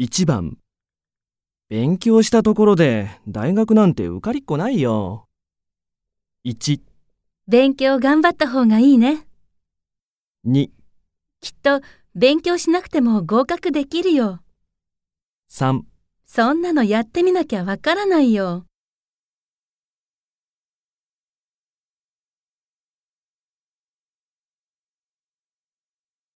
1番、勉強したところで大学なんて受かりっこないよ。1、 勉強頑張った方がいいね。 2、 きっと勉強しなくても合格できるよ。 3 そんなのやってみなきゃわからないよ。